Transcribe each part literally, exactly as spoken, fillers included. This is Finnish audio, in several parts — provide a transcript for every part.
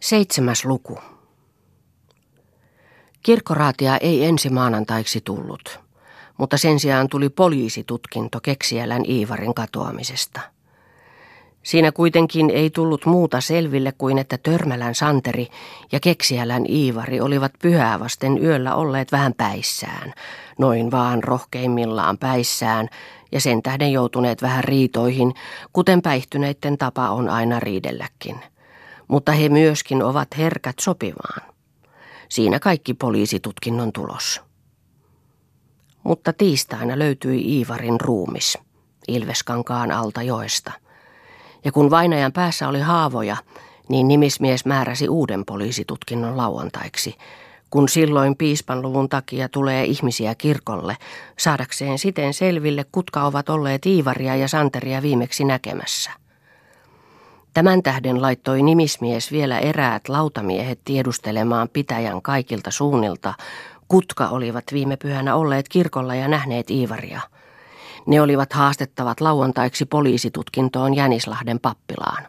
Seitsemäs luku. Kirkkoraatia ei ensi maanantaiksi tullut, mutta sen sijaan tuli poliisitutkinto Keksijälän Iivarin katoamisesta. Siinä kuitenkin ei tullut muuta selville kuin että Törmälän Santeri ja Keksijälän Iivari olivat pyhää vasten yöllä olleet vähän päissään, noin vaan rohkeimmillaan päissään, ja sen tähden joutuneet vähän riitoihin, kuten päihtyneiden tapa on aina riidelläkin. Mutta he myöskin ovat herkät sopivaan. Siinä kaikki poliisitutkinnon tulos. Mutta tiistaina löytyi Iivarin ruumis Ilveskankaan alta joesta. Ja kun vainajan päässä oli haavoja, niin nimismies määräsi uuden poliisitutkinnon lauantaiksi, kun silloin piispanluvun takia tulee ihmisiä kirkolle, saadakseen siten selville, kutka ovat olleet Iivaria ja Santeria viimeksi näkemässä. Tämän tähden laittoi nimismies vielä eräät lautamiehet tiedustelemaan pitäjän kaikilta suunnilta, kutka olivat viime pyhänä olleet kirkolla ja nähneet Iivaria. Ne olivat haastettavat lauantaiksi poliisitutkintoon Jänislahden pappilaan.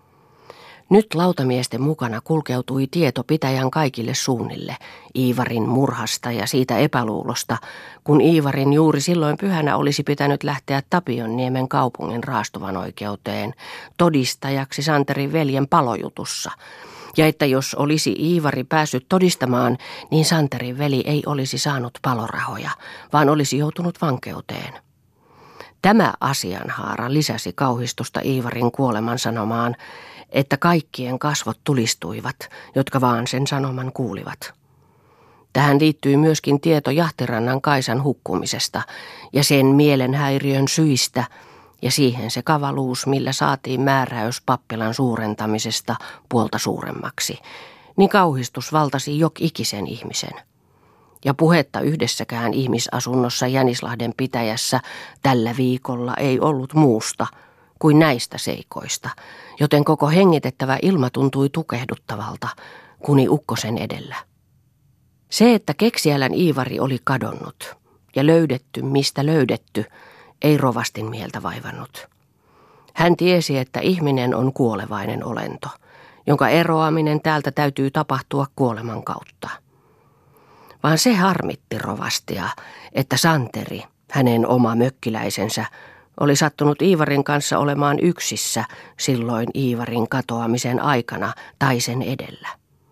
Nyt lautamiesten mukana kulkeutui tieto pitäjän kaikille suunnille Iivarin murhasta ja siitä epäluulosta, kun Iivarin juuri silloin pyhänä olisi pitänyt lähteä Tapionniemen kaupungin raastuvan oikeuteen todistajaksi Santerin veljen palojutussa, ja että jos olisi Iivari päässyt todistamaan, niin Santerin veli ei olisi saanut palorahoja, vaan olisi joutunut vankeuteen. Tämä asianhaara lisäsi kauhistusta Iivarin kuoleman sanomaan, että kaikkien kasvot tulistuivat, jotka vaan sen sanoman kuulivat. Tähän liittyy myöskin tieto Jahtirannan Kaisan hukkumisesta ja sen mielenhäiriön syistä ja siihen se kavaluus, millä saatiin määräys pappilan suurentamisesta puolta suuremmaksi, niin kauhistus valtasi jok ikisen ihmisen. Ja puhetta yhdessäkään ihmisasunnossa Jänislahden pitäjässä tällä viikolla ei ollut muusta kuin näistä seikoista, joten koko hengitettävä ilma tuntui tukehduttavalta kuni ukkosen edellä. Se, että Keksijälän Iivari oli kadonnut ja löydetty mistä löydetty, ei rovastin mieltä vaivannut. Hän tiesi, että ihminen on kuolevainen olento, jonka eroaminen täältä täytyy tapahtua kuoleman kautta. Vaan se harmitti rovastia, että Santeri, hänen oma mökkiläisensä, oli sattunut Iivarin kanssa olemaan yksissä silloin Iivarin katoamisen aikana tai sen edellä.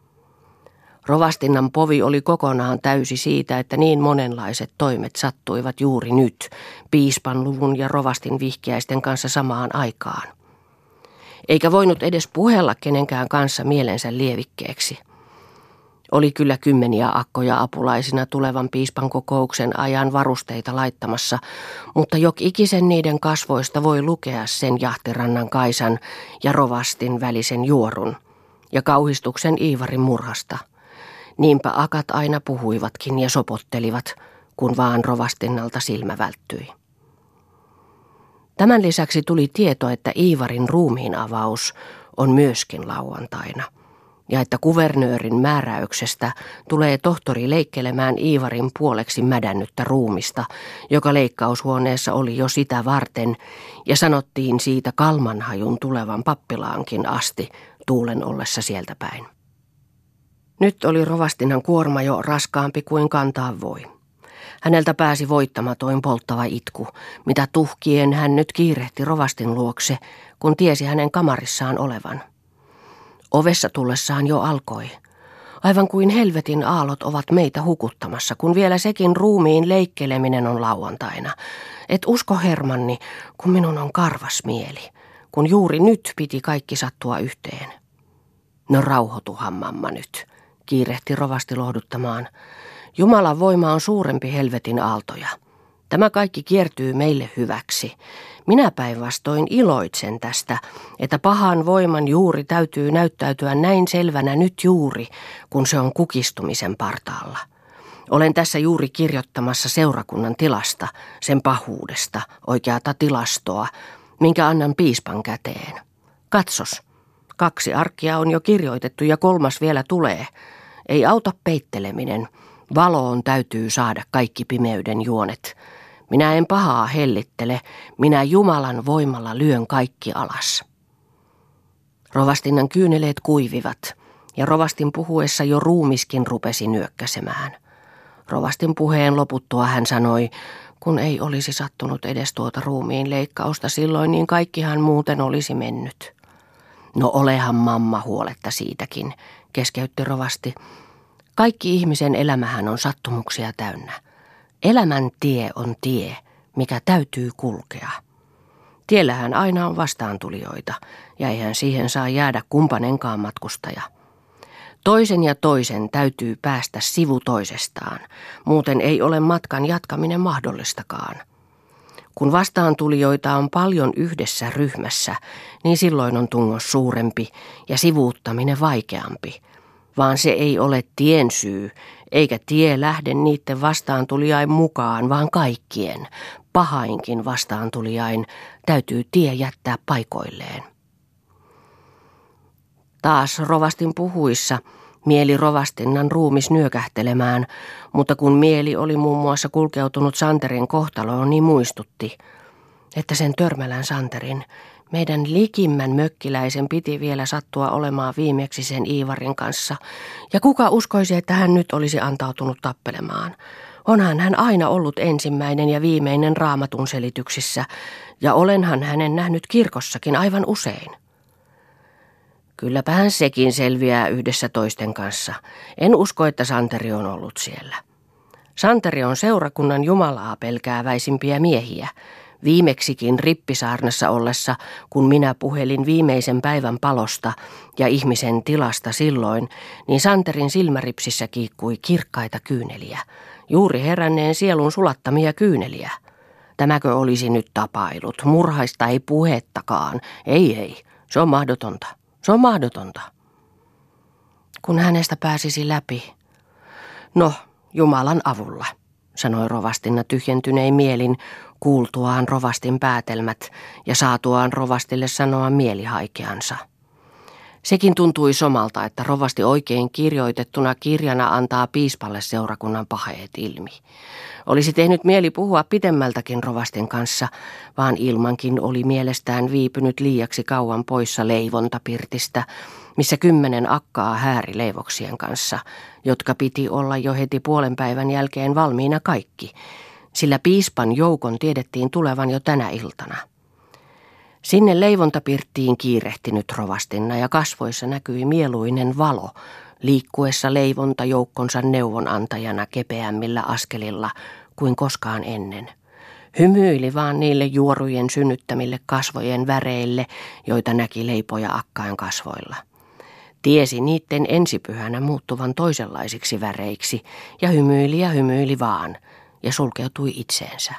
Rovastinnan povi oli kokonaan täysi siitä, että niin monenlaiset toimet sattuivat juuri nyt piispanluvun ja rovastin vihkiäisten kanssa samaan aikaan. Eikä voinut edes puhella kenenkään kanssa mielensä lievikkeeksi. Oli kyllä kymmeniä akkoja apulaisina tulevan piispan kokouksen ajan varusteita laittamassa, mutta jok ikisen niiden kasvoista voi lukea sen Jahtirannan Kaisan ja rovastin välisen juorun ja kauhistuksen Iivarin murhasta. Niinpä akat aina puhuivatkin ja sopottelivat, kun vaan rovastinnalta silmä välttyi. Tämän lisäksi tuli tieto, että Iivarin ruumiin avaus on myöskin lauantaina, ja että kuvernöörin määräyksestä tulee tohtori leikkelemään Iivarin puoleksi mädännyttä ruumista, joka leikkaushuoneessa oli jo sitä varten, ja sanottiin siitä kalmanhajun tulevan pappilaankin asti tuulen ollessa sieltä päin. Nyt oli rovastinnan kuorma jo raskaampi kuin kantaa voi. Häneltä pääsi voittamatoin polttava itku, mitä tuhkien hän nyt kiirehti rovastin luokse, kun tiesi hänen kamarissaan olevan. Ovessa tullessaan jo alkoi. Aivan kuin helvetin aallot ovat meitä hukuttamassa, kun vielä sekin ruumiin leikkeleminen on lauantaina. Et usko, Hermanni, kun minun on karvas mieli, kun juuri nyt piti kaikki sattua yhteen. No rauhoituhan, mamma, nyt, kiirehti rovasti lohduttamaan. Jumalan voima on suurempi helvetin aaltoja. Tämä kaikki kiertyy meille hyväksi. Minä päinvastoin iloitsen tästä, että pahan voiman juuri täytyy näyttäytyä näin selvänä nyt juuri, kun se on kukistumisen partaalla. Olen tässä juuri kirjoittamassa seurakunnan tilasta, sen pahuudesta, oikeata tilastoa, minkä annan piispan käteen. Katsos, kaksi arkkia on jo kirjoitettu ja kolmas vielä tulee. Ei auta peitteleminen. Valoon täytyy saada kaikki pimeyden juonet. Minä en pahaa hellittele, minä Jumalan voimalla lyön kaikki alas. Rovastinnan kyyneleet kuivivat, ja rovastin puhuessa jo ruumiskin rupesi nyökkäsemään. Rovastin puheen loputtua hän sanoi, kun ei olisi sattunut edes tuota ruumiin leikkausta silloin, niin kaikkihan muuten olisi mennyt. No olehan mamma huoletta siitäkin, keskeytti rovasti. Kaikki ihmisen elämähän on sattumuksia täynnä. Elämän tie on tie, mikä täytyy kulkea. Tiellähän aina on vastaantulijoita, ja eihän siihen saa jäädä kumpanenkaan matkustaja. Toisen ja toisen täytyy päästä sivu toisestaan, muuten ei ole matkan jatkaminen mahdollistakaan. Kun vastaantulijoita on paljon yhdessä ryhmässä, niin silloin on tungos suurempi ja sivuuttaminen vaikeampi. Vaan se ei ole tien syy, eikä tie lähde niiden vastaantulijain mukaan, vaan kaikkien, pahainkin vastaantulijain, täytyy tie jättää paikoilleen. Taas rovastin puhuissa mieli rovastinnan ruumis nyökähtelemään, mutta kun mieli oli muun muassa kulkeutunut Santerin kohtaloon, niin muistutti, että sen Törmälän Santerin, meidän likimmän mökkiläisen piti vielä sattua olemaan viimeksi sen Iivarin kanssa, ja kuka uskoisi, että hän nyt olisi antautunut tappelemaan. Onhan hän aina ollut ensimmäinen ja viimeinen Raamatun selityksissä, ja olenhan hänen nähnyt kirkossakin aivan usein. Kylläpähän sekin selviää yhdessä toisten kanssa. En usko, että Santeri on ollut siellä. Santeri on seurakunnan Jumalaa pelkääväisimpiä miehiä. Viimeksikin Rippisaarnassa ollessa, kun minä puhelin viimeisen päivän palosta ja ihmisen tilasta silloin, niin Santerin silmäripsissä kiikkui kirkkaita kyyneliä. Juuri heränneen sielun sulattamia kyyneliä. Tämäkö olisi nyt tapailut? Murhaista ei puhettakaan. Ei, ei. Se on mahdotonta. Se on mahdotonta. Kun hänestä pääsisi läpi. No, Jumalan avulla, sanoi rovastinna tyhjentynein mielin, kuultuaan rovastin päätelmät ja saatuaan rovastille sanoa mielihaikeansa. Sekin tuntui somalta, että rovasti oikein kirjoitettuna kirjana antaa piispalle seurakunnan paheet ilmi. Olisi tehnyt mieli puhua pitemmältäkin rovastin kanssa, vaan ilmankin oli mielestään viipynyt liiaksi kauan poissa leivontapirtistä, missä kymmenen akkaa hääri leivoksien kanssa, jotka piti olla jo heti puolen päivän jälkeen valmiina kaikki, sillä piispan joukon tiedettiin tulevan jo tänä iltana. Sinne leivontapirttiin kiirehtinyt rovastinna ja kasvoissa näkyi mieluinen valo, liikkuessa leivontajoukkonsa neuvonantajana kepeämmillä askelilla kuin koskaan ennen. Hymyili vaan niille juorujen synnyttämille kasvojen väreille, joita näki leipoja akkain kasvoilla. Tiesi niiden ensipyhänä muuttuvan toisenlaisiksi väreiksi ja hymyili ja hymyili vaan ja sulkeutui itseensä.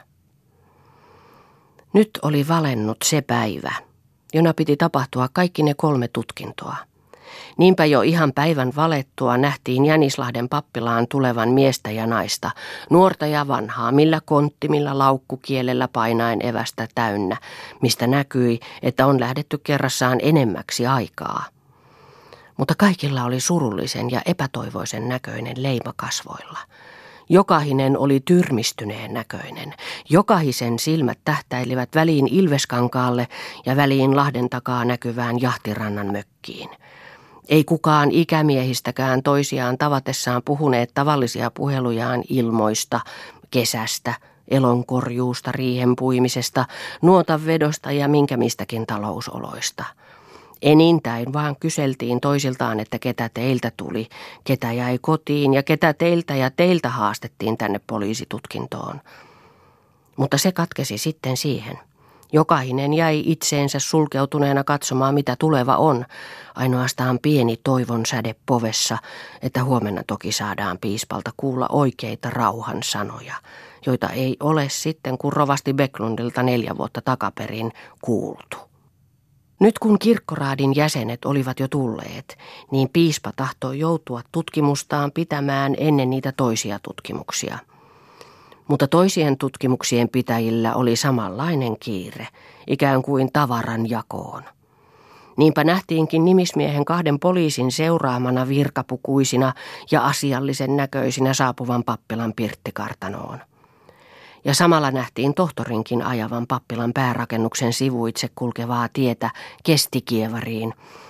Nyt oli valennut se päivä, jona piti tapahtua kaikki ne kolme tutkintoa. Niinpä jo ihan päivän valettua nähtiin Jänislahden pappilaan tulevan miestä ja naista, nuorta ja vanhaa, millä konttimilla laukkukielellä painaen evästä täynnä, mistä näkyi, että on lähdetty kerrassaan enemmäksi aikaa. Mutta kaikilla oli surullisen ja epätoivoisen näköinen leima kasvoilla. Jokahinen oli tyrmistyneen näköinen. Jokahisen silmät tähtäilivät väliin Ilveskankaalle ja väliin Lahden takaa näkyvään Jahtirannan mökkiin. Ei kukaan ikämiehistäkään toisiaan tavatessaan puhuneet tavallisia puhelujaan ilmoista, kesästä, elonkorjuusta, riihen puimisesta, nuotanvedosta ja minkä mistäkin talousoloista. Enintäin vaan kyseltiin toisiltaan, että ketä teiltä tuli, ketä jäi kotiin ja ketä teiltä ja teiltä haastettiin tänne poliisitutkintoon. Mutta se katkesi sitten siihen. Jokainen jäi itseensä sulkeutuneena katsomaan, mitä tuleva on. Ainoastaan pieni toivon säde povessa, että huomenna toki saadaan piispalta kuulla oikeita rauhan sanoja, joita ei ole sitten, kun rovasti Bäcklundilta neljä vuotta takaperin kuultu. Nyt kun kirkkoraadin jäsenet olivat jo tulleet, niin piispa tahtoi joutua tutkimustaan pitämään ennen niitä toisia tutkimuksia. Mutta toisien tutkimuksien pitäjillä oli samanlainen kiire, ikään kuin tavaran jakoon. Niinpä nähtiinkin nimismiehen kahden poliisin seuraamana virkapukuisina ja asiallisen näköisinä saapuvan pappilan pirttikartanoon. Ja samalla nähtiin tohtorinkin ajavan pappilan päärakennuksen sivuitse kulkevaa tietä Kestikievariin,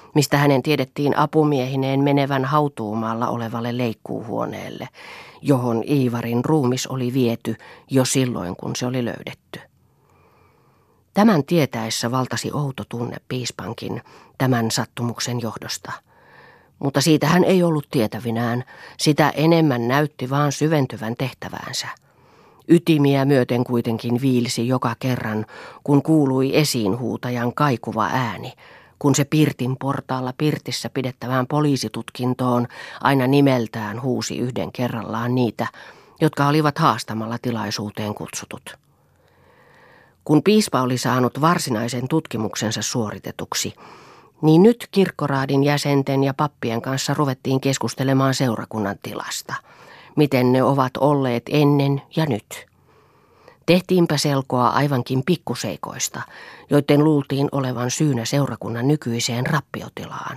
mistä hänen tiedettiin apumiehineen menevän hautuumaalla olevalle leikkuuhuoneelle, johon Iivarin ruumis oli viety jo silloin, kun se oli löydetty. Tämän tietäessä valtasi outo tunne piispankin tämän sattumuksen johdosta. Mutta siitä hän ei ollut tietävinään, sitä enemmän näytti vaan syventyvän tehtäväänsä. Ytimiä myöten kuitenkin viilsi joka kerran, kun kuului esiinhuutajan kaikuva ääni, kun se pirtin portaalla pirtissä pidettävään poliisitutkintoon aina nimeltään huusi yhden kerrallaan niitä, jotka olivat haastamalla tilaisuuteen kutsutut. Kun piispa oli saanut varsinaisen tutkimuksensa suoritetuksi, niin nyt kirkkoraadin jäsenten ja pappien kanssa ruvettiin keskustelemaan seurakunnan tilasta, miten ne ovat olleet ennen ja nyt. Tehtiinpä selkoa aivankin pikkuseikoista, joiden luultiin olevan syynä seurakunnan nykyiseen rappiotilaan.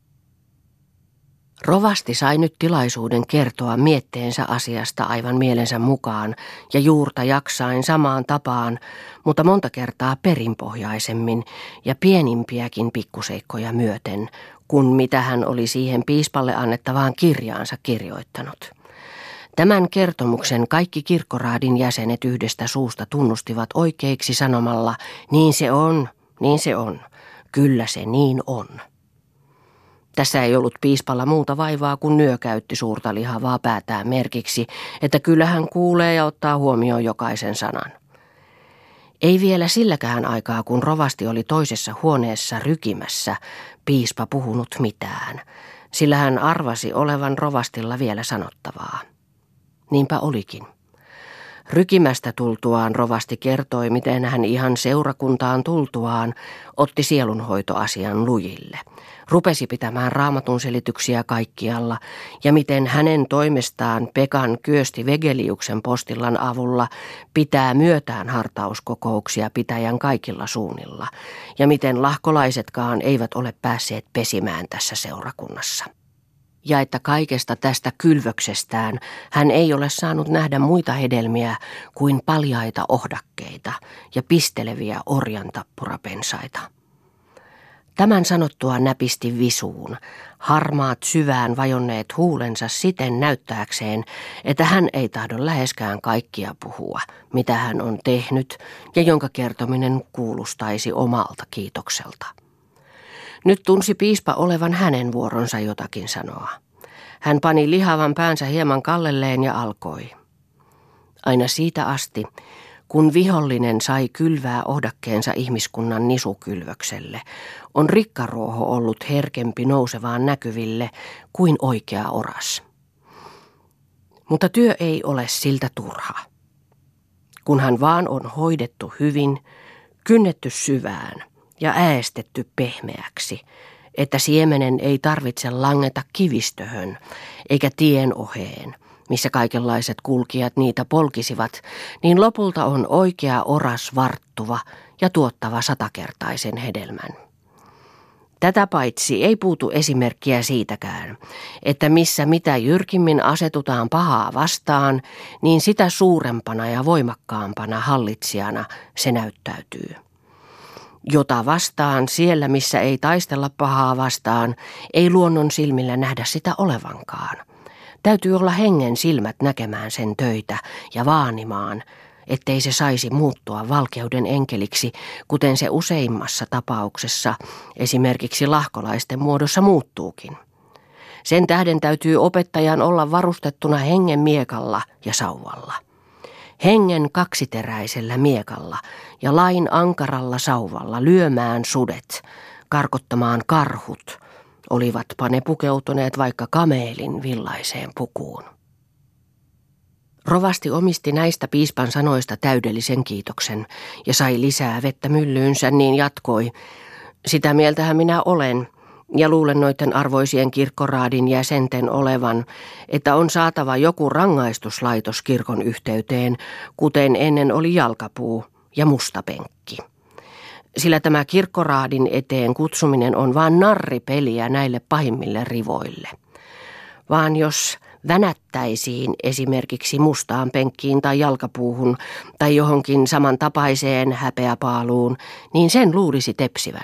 Rovasti sai nyt tilaisuuden kertoa mietteensä asiasta aivan mielensä mukaan ja juurta jaksain samaan tapaan, mutta monta kertaa perinpohjaisemmin ja pienimpiäkin pikkuseikkoja myöten, kuin mitä hän oli siihen piispalle annettavaan kirjaansa kirjoittanut. Tämän kertomuksen kaikki kirkkoraadin jäsenet yhdestä suusta tunnustivat oikeiksi sanomalla, niin se on, niin se on, kyllä se niin on. Tässä ei ollut piispalla muuta vaivaa, kun nyökäytti suurta lihavaa päätään merkiksi, että kyllä hän kuulee ja ottaa huomioon jokaisen sanan. Ei vielä silläkään aikaa, kun rovasti oli toisessa huoneessa rykimässä, piispa puhunut mitään, sillä hän arvasi olevan rovastilla vielä sanottavaa. Niinpä olikin. Rykimästä tultuaan rovasti kertoi, miten hän ihan seurakuntaan tultuaan otti sielunhoitoasian lujille. Rupesi pitämään raamatun selityksiä kaikkialla ja miten hänen toimestaan Pekan Kyösti Vegeliuksen postillan avulla pitää myötään hartauskokouksia pitäjän kaikilla suunnilla ja miten lahkolaisetkaan eivät ole päässeet pesimään tässä seurakunnassa. Ja että kaikesta tästä kylvöksestään hän ei ole saanut nähdä muita hedelmiä kuin paljaita ohdakkeita ja pisteleviä orjantappurapensaita. Tämän sanottua näpisti visuun, harmaat syvään vajonneet huulensa siten näyttääkseen, että hän ei tahdo läheskään kaikkia puhua, mitä hän on tehnyt ja jonka kertominen kuulostaisi omalta kiitokselta. Nyt tunsi piispa olevan hänen vuoronsa jotakin sanoa. Hän pani lihavan päänsä hieman kallelleen ja alkoi. Aina siitä asti, kun vihollinen sai kylvää ohdakkeensa ihmiskunnan nisukylvökselle, on rikkaruoho ollut herkempi nousevaan näkyville kuin oikea oras. Mutta työ ei ole siltä turha. Kunhan vaan on hoidettu hyvin, kynnetty syvään ja äästetty pehmeäksi, että siemenen ei tarvitse langeta kivistöhön eikä tien oheen, missä kaikenlaiset kulkijat niitä polkisivat, niin lopulta on oikea oras varttuva ja tuottava satakertaisen hedelmän. Tätä paitsi ei puutu esimerkkiä siitäkään, että missä mitä jyrkimmin asetutaan pahaa vastaan, niin sitä suurempana ja voimakkaampana hallitsijana se näyttäytyy. Jota vastaan siellä, missä ei taistella pahaa vastaan, ei luonnon silmillä nähdä sitä olevankaan. Täytyy olla hengen silmät näkemään sen töitä ja vaanimaan, ettei se saisi muuttua valkeuden enkeliksi, kuten se useimmassa tapauksessa, esimerkiksi lahkolaisten muodossa muuttuukin. Sen tähden täytyy opettajan olla varustettuna hengen miekalla ja sauvalla. Hengen kaksiteräisellä miekalla ja lain ankaralla sauvalla lyömään sudet, karkottamaan karhut, olivatpa ne pukeutuneet vaikka kameelin villaiseen pukuun. Rovasti omisti näistä piispan sanoista täydellisen kiitoksen ja sai lisää vettä myllyynsä, niin jatkoi. Sitä mieltähän minä olen ja luulen noiden arvoisien kirkkoraadin jäsenten olevan, että on saatava joku rangaistuslaitos kirkon yhteyteen, kuten ennen oli jalkapuu ja mustapenkki. Sillä tämä kirkkoraadin eteen kutsuminen on vain narripeliä näille pahimmille rivoille. Vaan jos vänättäisiin esimerkiksi mustaan penkkiin tai jalkapuuhun tai johonkin samantapaiseen häpeäpaaluun, niin sen luulisi tepsivän,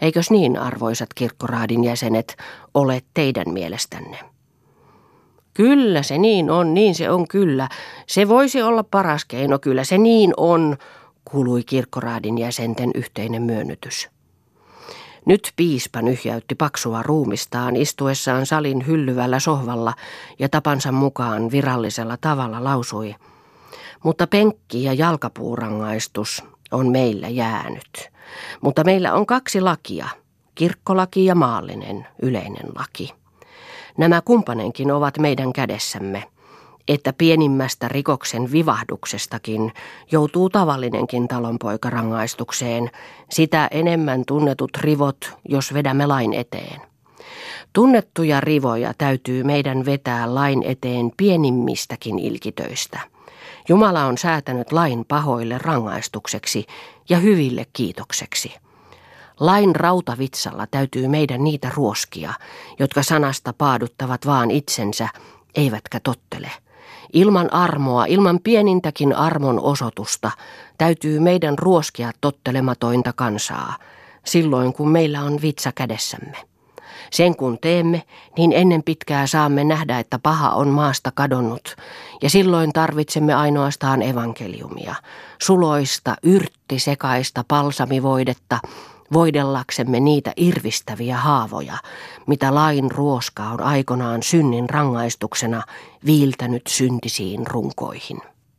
Eikös niin, arvoisat kirkkoraadin jäsenet, ole teidän mielestänne? Kyllä se niin on, niin se on kyllä. Se voisi olla paras keino, kyllä se niin on, kuului kirkkoraadin jäsenten yhteinen myönnytys. Nyt piispa nyhjäytti paksua ruumistaan istuessaan salin hyllyvällä sohvalla ja tapansa mukaan virallisella tavalla lausui: mutta penkki- ja jalkapuurangaistus on meillä jäänyt. Mutta meillä on kaksi lakia, kirkkolaki ja maallinen, yleinen laki. Nämä kumpainenkin ovat meidän kädessämme, että pienimmästä rikoksen vivahduksestakin joutuu tavallinenkin talonpoika rangaistukseen, sitä enemmän tunnetut rivot, jos vedämme lain eteen. Tunnettuja rivoja täytyy meidän vetää lain eteen pienimmistäkin ilkitöistä. Jumala on säätänyt lain pahoille rangaistukseksi ja hyville kiitokseksi. Lain rautavitsalla täytyy meidän niitä ruoskia, jotka sanasta paaduttavat vaan itsensä, eivätkä tottele. Ilman armoa, ilman pienintäkin armon osoitusta, täytyy meidän ruoskia tottelematointa kansaa, silloin kun meillä on vitsa kädessämme. Sen kun teemme, niin ennen pitkää saamme nähdä, että paha on maasta kadonnut, ja silloin tarvitsemme ainoastaan evankeliumia, suloista, yrttisekaista palsamivoidetta, voidellaksemme niitä irvistäviä haavoja, mitä lain ruoska on aikanaan synnin rangaistuksena viiltänyt syntisiin runkoihin.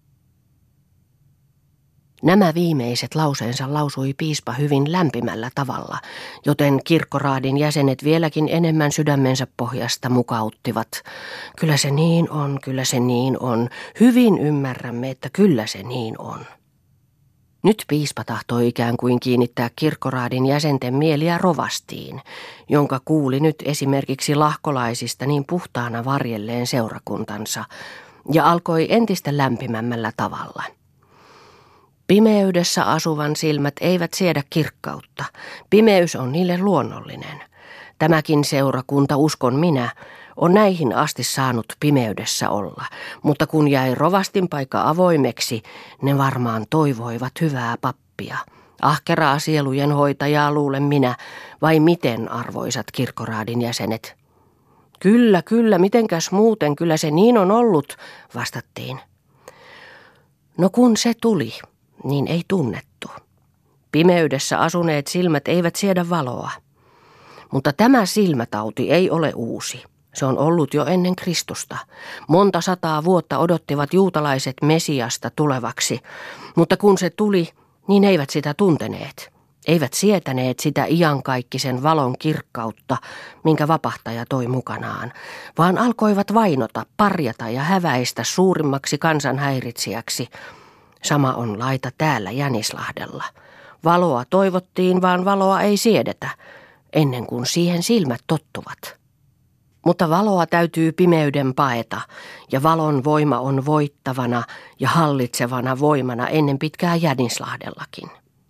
Nämä viimeiset lauseensa lausui piispa hyvin lämpimällä tavalla, joten kirkkoraadin jäsenet vieläkin enemmän sydämensä pohjasta mukauttivat. Kyllä se niin on, kyllä se niin on. Hyvin ymmärrämme, että kyllä se niin on. Nyt piispa tahtoi ikään kuin kiinnittää kirkkoraadin jäsenten mieliä rovastiin, jonka kuuli nyt esimerkiksi lahkolaisista niin puhtaana varjelleen seurakuntansa, ja alkoi entistä lämpimämmällä tavalla. Pimeydessä asuvan silmät eivät siedä kirkkautta. Pimeys on niille luonnollinen. Tämäkin seurakunta, uskon minä, on näihin asti saanut pimeydessä olla, mutta kun jäi rovastin paikka avoimeksi, ne varmaan toivoivat hyvää pappia. Ahkeraa sielujen hoitajaa luulen minä, vai miten, arvoisat kirkkoraadin jäsenet? Kyllä, kyllä, mitenkäs muuten, kyllä se niin on ollut, vastattiin. No kun se tuli, niin ei tunnettu. Pimeydessä asuneet silmät eivät siedä valoa. Mutta tämä silmätauti ei ole uusi. Se on ollut jo ennen Kristusta. Monta sataa vuotta odottivat juutalaiset Mesiasta tulevaksi, mutta kun se tuli, niin eivät sitä tunteneet. Eivät sietäneet sitä iankaikkisen valon kirkkautta, minkä vapahtaja toi mukanaan, vaan alkoivat vainota, parjata ja häväistä suurimmaksi kansanhäiritsijäksi. Sama on laita täällä Jänislahdella. Valoa toivottiin, vaan valoa ei siedetä, ennen kuin siihen silmät tottuvat. Mutta valoa täytyy pimeyden paeta, ja valon voima on voittavana ja hallitsevana voimana ennen pitkää Jänislahdellakin.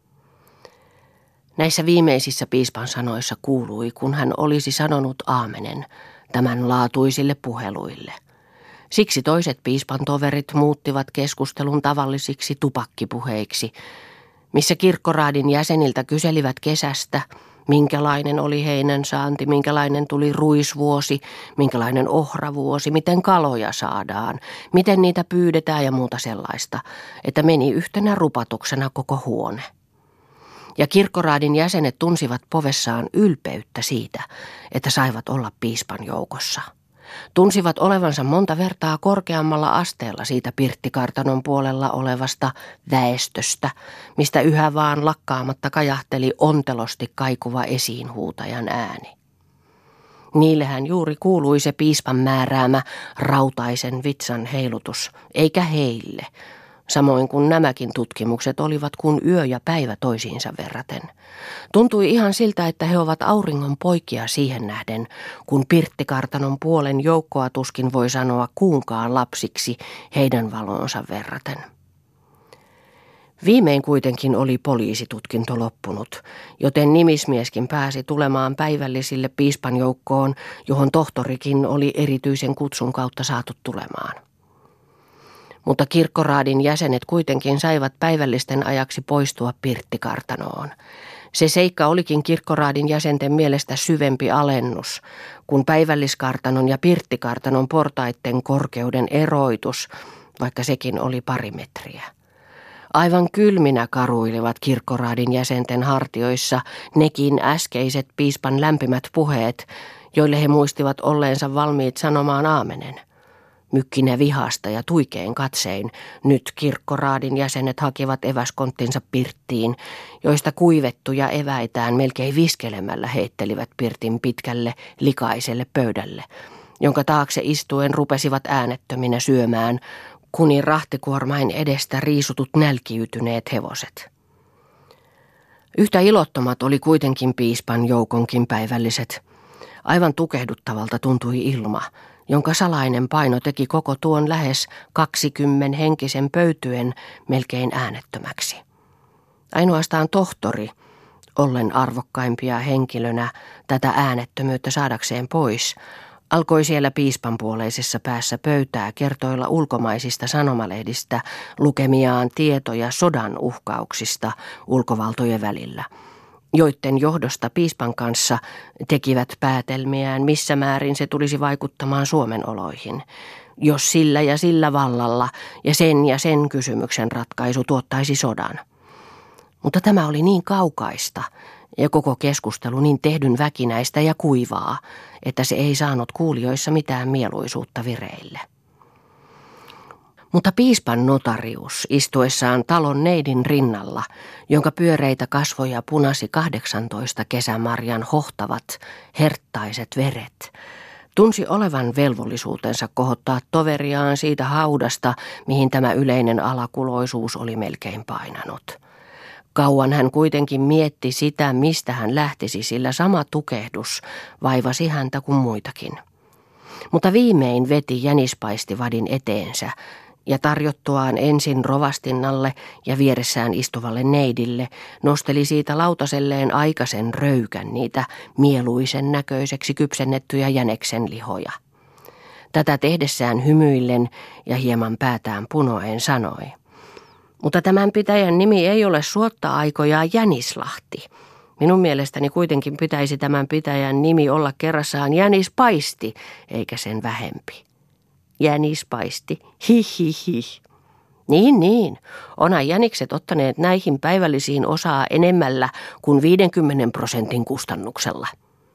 Näissä viimeisissä piispan sanoissa kuului, kun hän olisi sanonut aamenen tämän laatuisille puheluille. Siksi toiset piispan toverit muuttivat keskustelun tavallisiksi tupakkipuheiksi, missä kirkkoraadin jäseniltä kyselivät kesästä, minkälainen oli heinän saanti, minkälainen tuli ruisvuosi, minkälainen ohravuosi, miten kaloja saadaan, miten niitä pyydetään ja muuta sellaista, että meni yhtenä rupatuksena koko huone. Ja kirkkoraadin jäsenet tunsivat povessaan ylpeyttä siitä, että saivat olla piispan joukossa. Tunsivat olevansa monta vertaa korkeammalla asteella siitä pirttikartanon puolella olevasta väestöstä, mistä yhä vaan lakkaamatta kajahteli ontelosti kaikuva esiinhuutajan ääni. Niillehän juuri kuului se piispan määräämä rautaisen vitsan heilutus, eikä heille, samoin kuin nämäkin tutkimukset olivat kuin yö ja päivä toisiinsa verraten. Tuntui ihan siltä, että he ovat auringon poikia siihen nähden, kun pirttikartanon puolen joukkoa tuskin voi sanoa kuunkaan lapsiksi heidän valonsa verraten. Viimein kuitenkin oli poliisitutkinto loppunut, joten nimismieskin pääsi tulemaan päivällisille piispan joukkoon, johon tohtorikin oli erityisen kutsun kautta saatu tulemaan. Mutta kirkkoraadin jäsenet kuitenkin saivat päivällisten ajaksi poistua pirttikartanoon. Se seikka olikin kirkkoraadin jäsenten mielestä syvempi alennus, kun päivälliskartanon ja pirttikartanon portaitten korkeuden eroitus, vaikka sekin oli pari metriä. Aivan kylminä karuilivat kirkkoraadin jäsenten hartioissa nekin äskeiset piispan lämpimät puheet, joille he muistivat olleensa valmiit sanomaan aamenen. Mykkinä vihasta ja tuikein katsein nyt kirkkoraadin jäsenet hakivat eväskonttinsa pirttiin, joista kuivettuja eväitään melkein viskelemällä heittelivät pirtin pitkälle likaiselle pöydälle, jonka taakse istuen rupesivat äänettöminä syömään kunin rahtikuormain edestä riisutut nälkiytyneet hevoset. Yhtä ilottomat oli kuitenkin piispan joukonkin päivälliset. Aivan tukehduttavalta tuntui ilma, jonka salainen paino teki koko tuon lähes kaksikymmen henkisen pöytyen melkein äänettömäksi. Ainoastaan tohtori, ollen arvokkaimpia henkilönä tätä äänettömyyttä saadakseen pois, alkoi siellä piispanpuoleisessa päässä pöytää kertoilla ulkomaisista sanomalehdistä lukemiaan tietoja sodan uhkauksista ulkovaltojen välillä, joiden johdosta piispan kanssa tekivät päätelmiään, missä määrin se tulisi vaikuttamaan Suomen oloihin, jos sillä ja sillä vallalla ja sen ja sen kysymyksen ratkaisu tuottaisi sodan. Mutta tämä oli niin kaukaista ja koko keskustelu niin tehdyn väkinäistä ja kuivaa, että se ei saanut kuulijoissa mitään mieluisuutta vireille. Mutta piispan notarius istuessaan talon neidin rinnalla, jonka pyöreitä kasvoja punasi kahdeksantoista kesämarjan hohtavat, herttaiset veret, tunsi olevan velvollisuutensa kohottaa toveriaan siitä haudasta, mihin tämä yleinen alakuloisuus oli melkein painanut. Kauan hän kuitenkin mietti sitä, mistä hän lähtisi, sillä sama tukehdus vaivasi häntä kuin muitakin. Mutta viimein veti jänispaistivadin eteensä, ja tarjottuaan ensin rovastinnalle ja vieressään istuvalle neidille nosteli siitä lautaselleen aikaisen röykän niitä mieluisen näköiseksi kypsennettyjä jäneksen lihoja. Tätä tehdessään hymyillen ja hieman päätään punoen sanoi: mutta tämän pitäjän nimi ei ole suotta-aikojaan Jänislahti. Minun mielestäni kuitenkin pitäisi tämän pitäjän nimi olla kerrassaan Jänispaisti, eikä sen vähempi. Jänispaisti, hi hi hi. Niin, niin. Onhan jänikset ottaneet näihin päivällisiin osaa enemmällä kuin viidenkymmenen prosentin kustannuksella.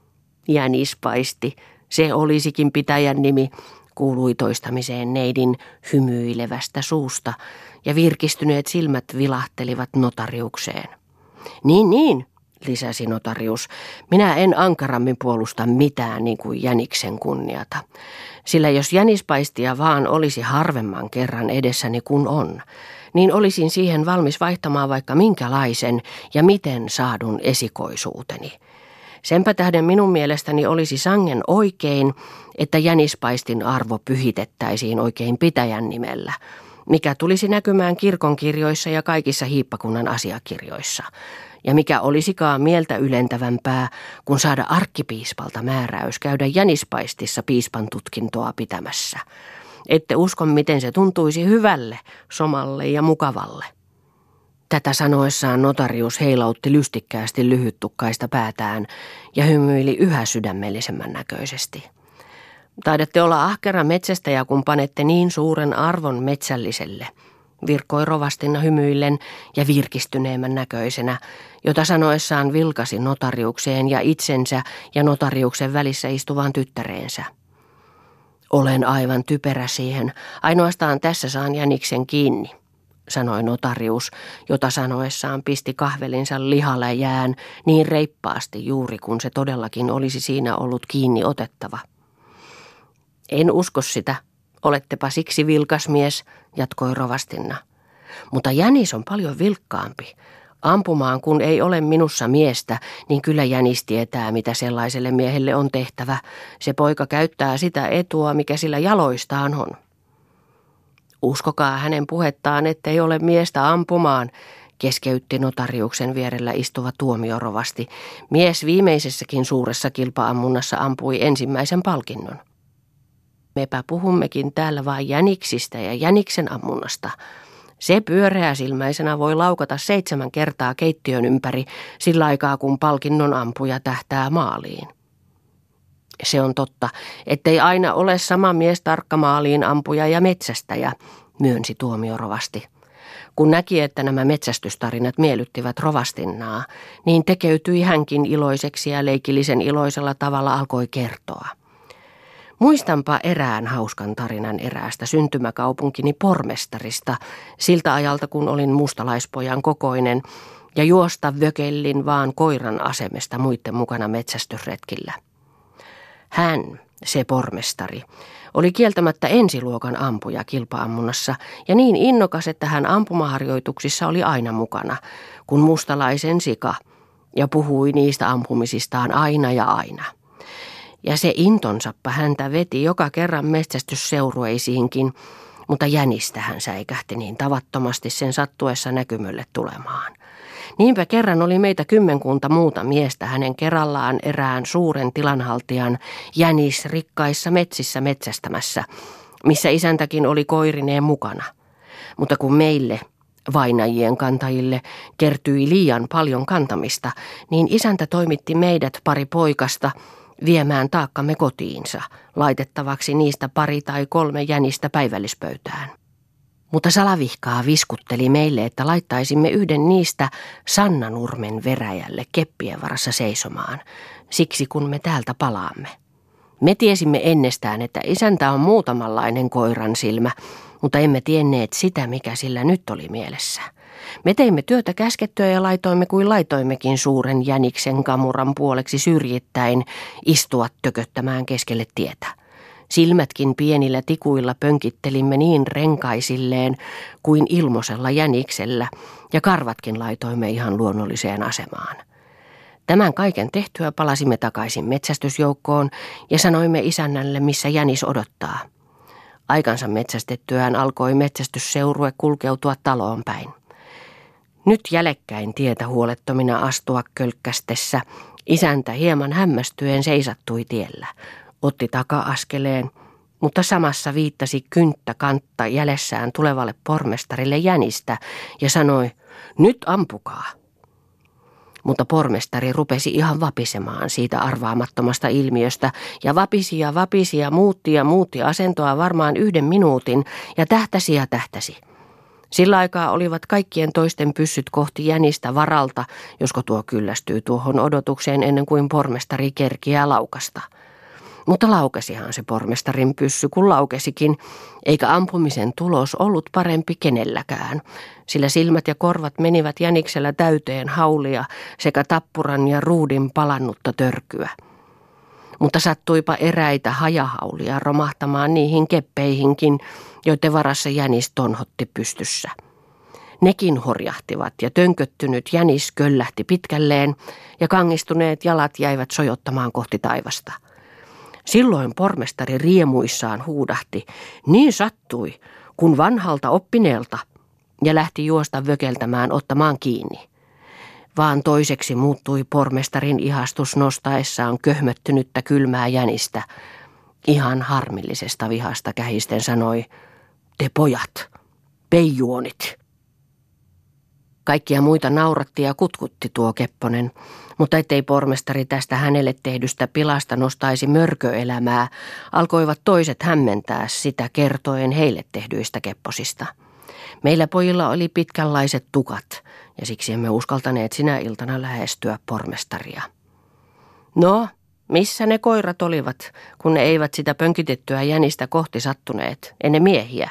Jänispaisti, se olisikin pitäjän nimi, kuului toistamiseen neidin hymyilevästä suusta, ja virkistyneet silmät vilahtelivat notariukseen. Niin, niin, lisäsi notarius, minä en ankarammin puolusta mitään niin kuin jäniksen kunniata. Sillä jos jänispaistia vaan olisi harvemman kerran edessäni kun on, niin olisin siihen valmis vaihtamaan vaikka minkälaisen ja miten saadun esikoisuuteni. Senpä tähden minun mielestäni olisi sangen oikein, että jänispaistin arvo pyhitettäisiin oikein pitäjän nimellä, mikä tulisi näkymään kirkonkirjoissa ja kaikissa hiippakunnan asiakirjoissa, ja mikä olisikaan mieltä ylentävämpää, kun saada arkkipiispalta määräys käydä jänispaistissa piispan tutkintoa pitämässä. Ette usko, miten se tuntuisi hyvälle, somalle ja mukavalle. Tätä sanoessaan notarius heilautti lystikkäästi lyhyttukkaista päätään ja hymyili yhä sydämellisemmän näköisesti. Taidatte olla ahkera metsästäjä, kun panette niin suuren arvon metsälliselle, virkkoi rovastina hymyillen ja virkistyneemmän näköisenä, jota sanoessaan vilkasi notariukseen ja itsensä ja notariuksen välissä istuvaan tyttäreensä. Olen aivan typerä siihen, ainoastaan tässä saan jäniksen kiinni, sanoi notarius, jota sanoessaan pisti kahvelinsa lihaläjään niin reippaasti juuri kun se todellakin olisi siinä ollut kiinni otettava. En usko sitä, olettepa siksi vilkas mies, jatkoi rovastinna. Mutta jänis on paljon vilkkaampi. Ampumaan kun ei ole minussa miestä, niin kyllä jänis tietää, mitä sellaiselle miehelle on tehtävä. Se poika käyttää sitä etua, mikä sillä jaloistaan on. Uskokaa hänen puhettaan, ettei ole miestä ampumaan, keskeytti notariuksen vierellä istuva tuomiorovasti. Mies viimeisessäkin suuressa kilpa-ammunnassa ampui ensimmäisen palkinnon. Mepä puhummekin täällä vain jäniksistä ja jäniksen ammunnasta, Se pyöreäsilmäisenä voi laukata seitsemän kertaa keittiön ympäri sillä aikaa, kun palkinnon ampuja tähtää maaliin. Se on totta, ettei aina ole sama mies tarkka maaliin ampuja ja metsästäjä, myönsi tuomiorovasti. Kun näki, että nämä metsästystarinat miellyttivät rovastinnaa, niin tekeytyi hänkin iloiseksi ja leikillisen iloisella tavalla alkoi kertoa. Muistanpa erään hauskan tarinan eräästä syntymäkaupunkini pormestarista, siltä ajalta kun olin mustalaispojan kokoinen ja juosta vökellin vaan koiran asemesta muiden mukana metsästysretkillä. Hän, se pormestari, oli kieltämättä ensiluokan ampuja kilpa-ammunnassa ja niin innokas, että hän ampumaharjoituksissa oli aina mukana, kun mustalaisen sika, ja puhui niistä ampumisistaan aina ja aina. Ja se intonsappa häntä veti joka kerran metsästysseurueisiinkin, mutta jänistä hän säikähti niin tavattomasti sen sattuessa näkymölle tulemaan. Niinpä kerran oli meitä kymmenkunta muuta miestä hänen kerrallaan erään suuren tilanhaltijan jänis rikkaissa metsissä metsästämässä, missä isäntäkin oli koirineen mukana. Mutta kun meille, vainajien kantajille, kertyi liian paljon kantamista, niin isäntä toimitti meidät pari poikasta viemään taakkamme kotiinsa, laitettavaksi niistä pari tai kolme jänistä päivällispöytään. Mutta salavihkaa viskutteli meille, että laittaisimme yhden niistä Sannanurmen veräjälle keppien varassa seisomaan, siksi kun me täältä palaamme. Me tiesimme ennestään, että isäntä on muutamanlainen koiran silmä, mutta emme tienneet sitä, mikä sillä nyt oli mielessä. Me teimme työtä käskettyä ja laitoimme kuin laitoimmekin suuren jäniksen kamuran puoleksi syrjittäin istua tököttämään keskelle tietä. Silmätkin pienillä tikuilla pönkittelimme niin renkaisilleen kuin ilmosella jäniksellä ja karvatkin laitoimme ihan luonnolliseen asemaan. Tämän kaiken tehtyä palasimme takaisin metsästysjoukkoon ja sanoimme isännälle, missä jänis odottaa. Aikansa metsästettyään alkoi metsästysseurue kulkeutua taloon päin. Nyt jälekkäin tietä huolettomina astua kölkkästessä isäntä hieman hämmästyen seisattui tiellä. Otti taka-askeleen, mutta samassa viittasi kynttä kantta jäljessään tulevalle pormestarille jänistä ja sanoi, nyt ampukaa. Mutta pormestari rupesi ihan vapisemaan siitä arvaamattomasta ilmiöstä ja vapisi ja vapisi ja muutti ja muutti asentoa varmaan yhden minuutin ja tähtäsi ja tähtäsi. Sillä aikaa olivat kaikkien toisten pyssyt kohti jänistä varalta, josko tuo kyllästyy tuohon odotukseen ennen kuin pormestari kerkiää laukasta. Mutta laukesihan se pormestarin pyssy, kun laukesikin, eikä ampumisen tulos ollut parempi kenelläkään, sillä silmät ja korvat menivät jäniksellä täyteen haulia sekä tappuran ja ruudin palannutta törkyä. Mutta sattuipa eräitä hajahaulia romahtamaan niihin keppeihinkin, joiden varassa jänis tonhotti pystyssä. Nekin horjahtivat ja tönköttynyt jänis köllähti pitkälleen ja kangistuneet jalat jäivät sojottamaan kohti taivasta. Silloin pormestari riemuissaan huudahti, niin sattui, kun vanhalta oppineelta, ja lähti juosta vökeltämään ottamaan kiinni. Vaan toiseksi muuttui pormestarin ihastus nostaessaan köhmöttynyttä kylmää jänistä. Ihan harmillisesta vihasta kähisten sanoi, te pojat, peijuonit. Kaikkia muita nauratti ja kutkutti tuo Kepponen, mutta ettei pormestari tästä hänelle tehdystä pilasta nostaisi mörköelämää, alkoivat toiset hämmentää sitä kertoen heille tehdyistä kepposista. Meillä pojilla oli pitkänlaiset tukat, ja siksi emme uskaltaneet sinä iltana lähestyä pormestaria. No, missä ne koirat olivat, kun ne eivät sitä pönkitettyä jänistä kohti sattuneet, ennen miehiä?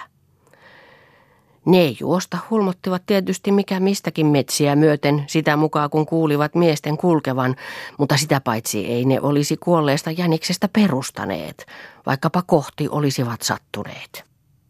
Ne juosta hulmottivat tietysti mikä mistäkin metsiä myöten sitä mukaan kun kuulivat miesten kulkevan, mutta sitä paitsi ei ne olisi kuolleesta jäniksestä perustaneet, vaikkapa kohti olisivat sattuneet.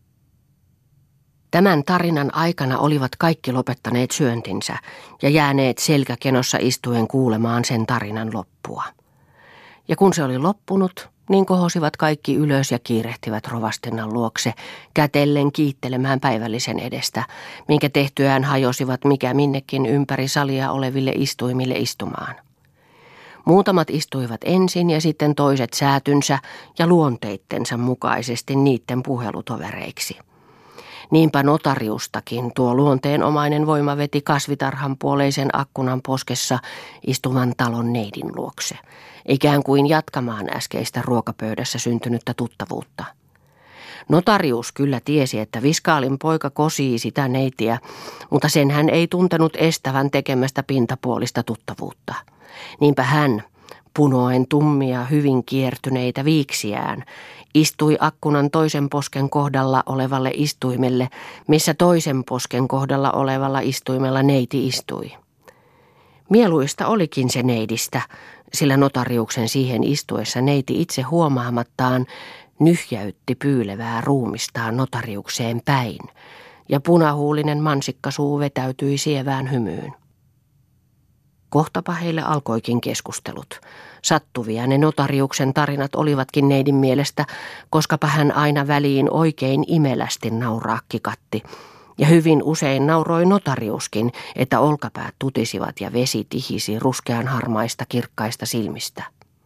Tämän tarinan aikana olivat kaikki lopettaneet syöntinsä ja jääneet selkäkenossa istuen kuulemaan sen tarinan loppua. Ja kun se oli loppunut, niin kohosivat kaikki ylös ja kiirehtivät rovastinnan luokse, kätellen kiittelemään päivällisen edestä, minkä tehtyään hajosivat mikä minnekin ympäri salia oleville istuimille istumaan. Muutamat istuivat ensin ja sitten toiset säätynsä ja luonteittensa mukaisesti niiden puhelutovereiksi. Niinpä notariustakin tuo luonteenomainen voima veti kasvitarhan puoleisen akkunan poskessa istuvan talon neidin luokse, ikään kuin jatkamaan äskeistä ruokapöydässä syntynyttä tuttavuutta. Notarius kyllä tiesi, että viskaalin poika kosii sitä neitiä, mutta sen hän ei tuntenut estävän tekemästä pintapuolista tuttavuutta. Niinpä hän, punoen tummia hyvin kiertyneitä viiksiään, istui akkunan toisen posken kohdalla olevalle istuimelle, missä toisen posken kohdalla olevalla istuimella neiti istui. Mieluista olikin se neidistä, sillä notariuksen siihen istuessa neiti itse huomaamattaan nyhjäytti pyylevää ruumistaan notariukseen päin, ja punahuulinen mansikkasuu vetäytyi sievään hymyyn. Kohtapa heille alkoikin keskustelut. Sattuvia ne notariuksen tarinat olivatkin neidin mielestä, koskapa hän aina väliin oikein imelästi nauraa kikatti, ja hyvin usein nauroi notariuskin, että olkapäät tutisivat ja vesi tihisi ruskean harmaista kirkkaista silmistä.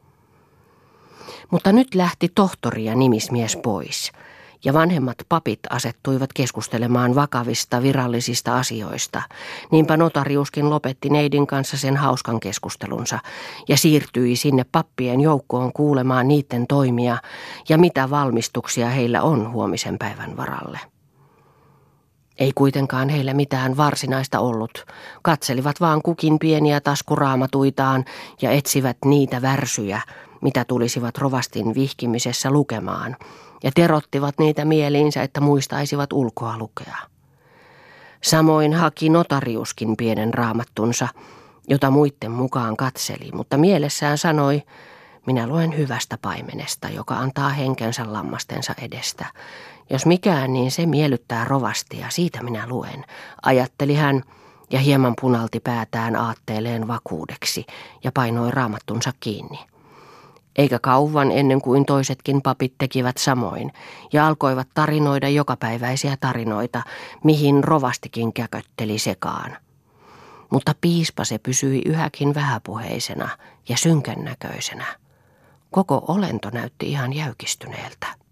Mutta nyt lähti tohtori ja nimismies pois, ja vanhemmat papit asettuivat keskustelemaan vakavista virallisista asioista. Niinpä notariuskin lopetti neidin kanssa sen hauskan keskustelunsa ja siirtyi sinne pappien joukkoon kuulemaan niiden toimia ja mitä valmistuksia heillä on huomisen päivän varalle. Ei kuitenkaan heillä mitään varsinaista ollut. Katselivat vaan kukin pieniä taskuraamatuitaan ja etsivät niitä värsyjä, mitä tulisivat rovastin vihkimisessä lukemaan, ja terottivat niitä mieliinsä, että muistaisivat ulkoa lukea. Samoin haki notariuskin pienen raamattunsa, jota muitten mukaan katseli, mutta mielessään sanoi, minä luen hyvästä paimenesta, joka antaa henkensä lammastensa edestä. Jos mikään, niin se miellyttää rovastia, siitä minä luen, ajatteli hän, ja hieman punalti päätään aatteelleen vakuudeksi ja painoi raamattunsa kiinni. Eikä kauan ennen kuin toisetkin papit tekivät samoin ja alkoivat tarinoida jokapäiväisiä tarinoita, mihin rovastikin käkötteli sekaan. Mutta piispa se pysyi yhäkin vähäpuheisena ja synkän näköisenä. Koko olento näytti ihan jäykistyneeltä.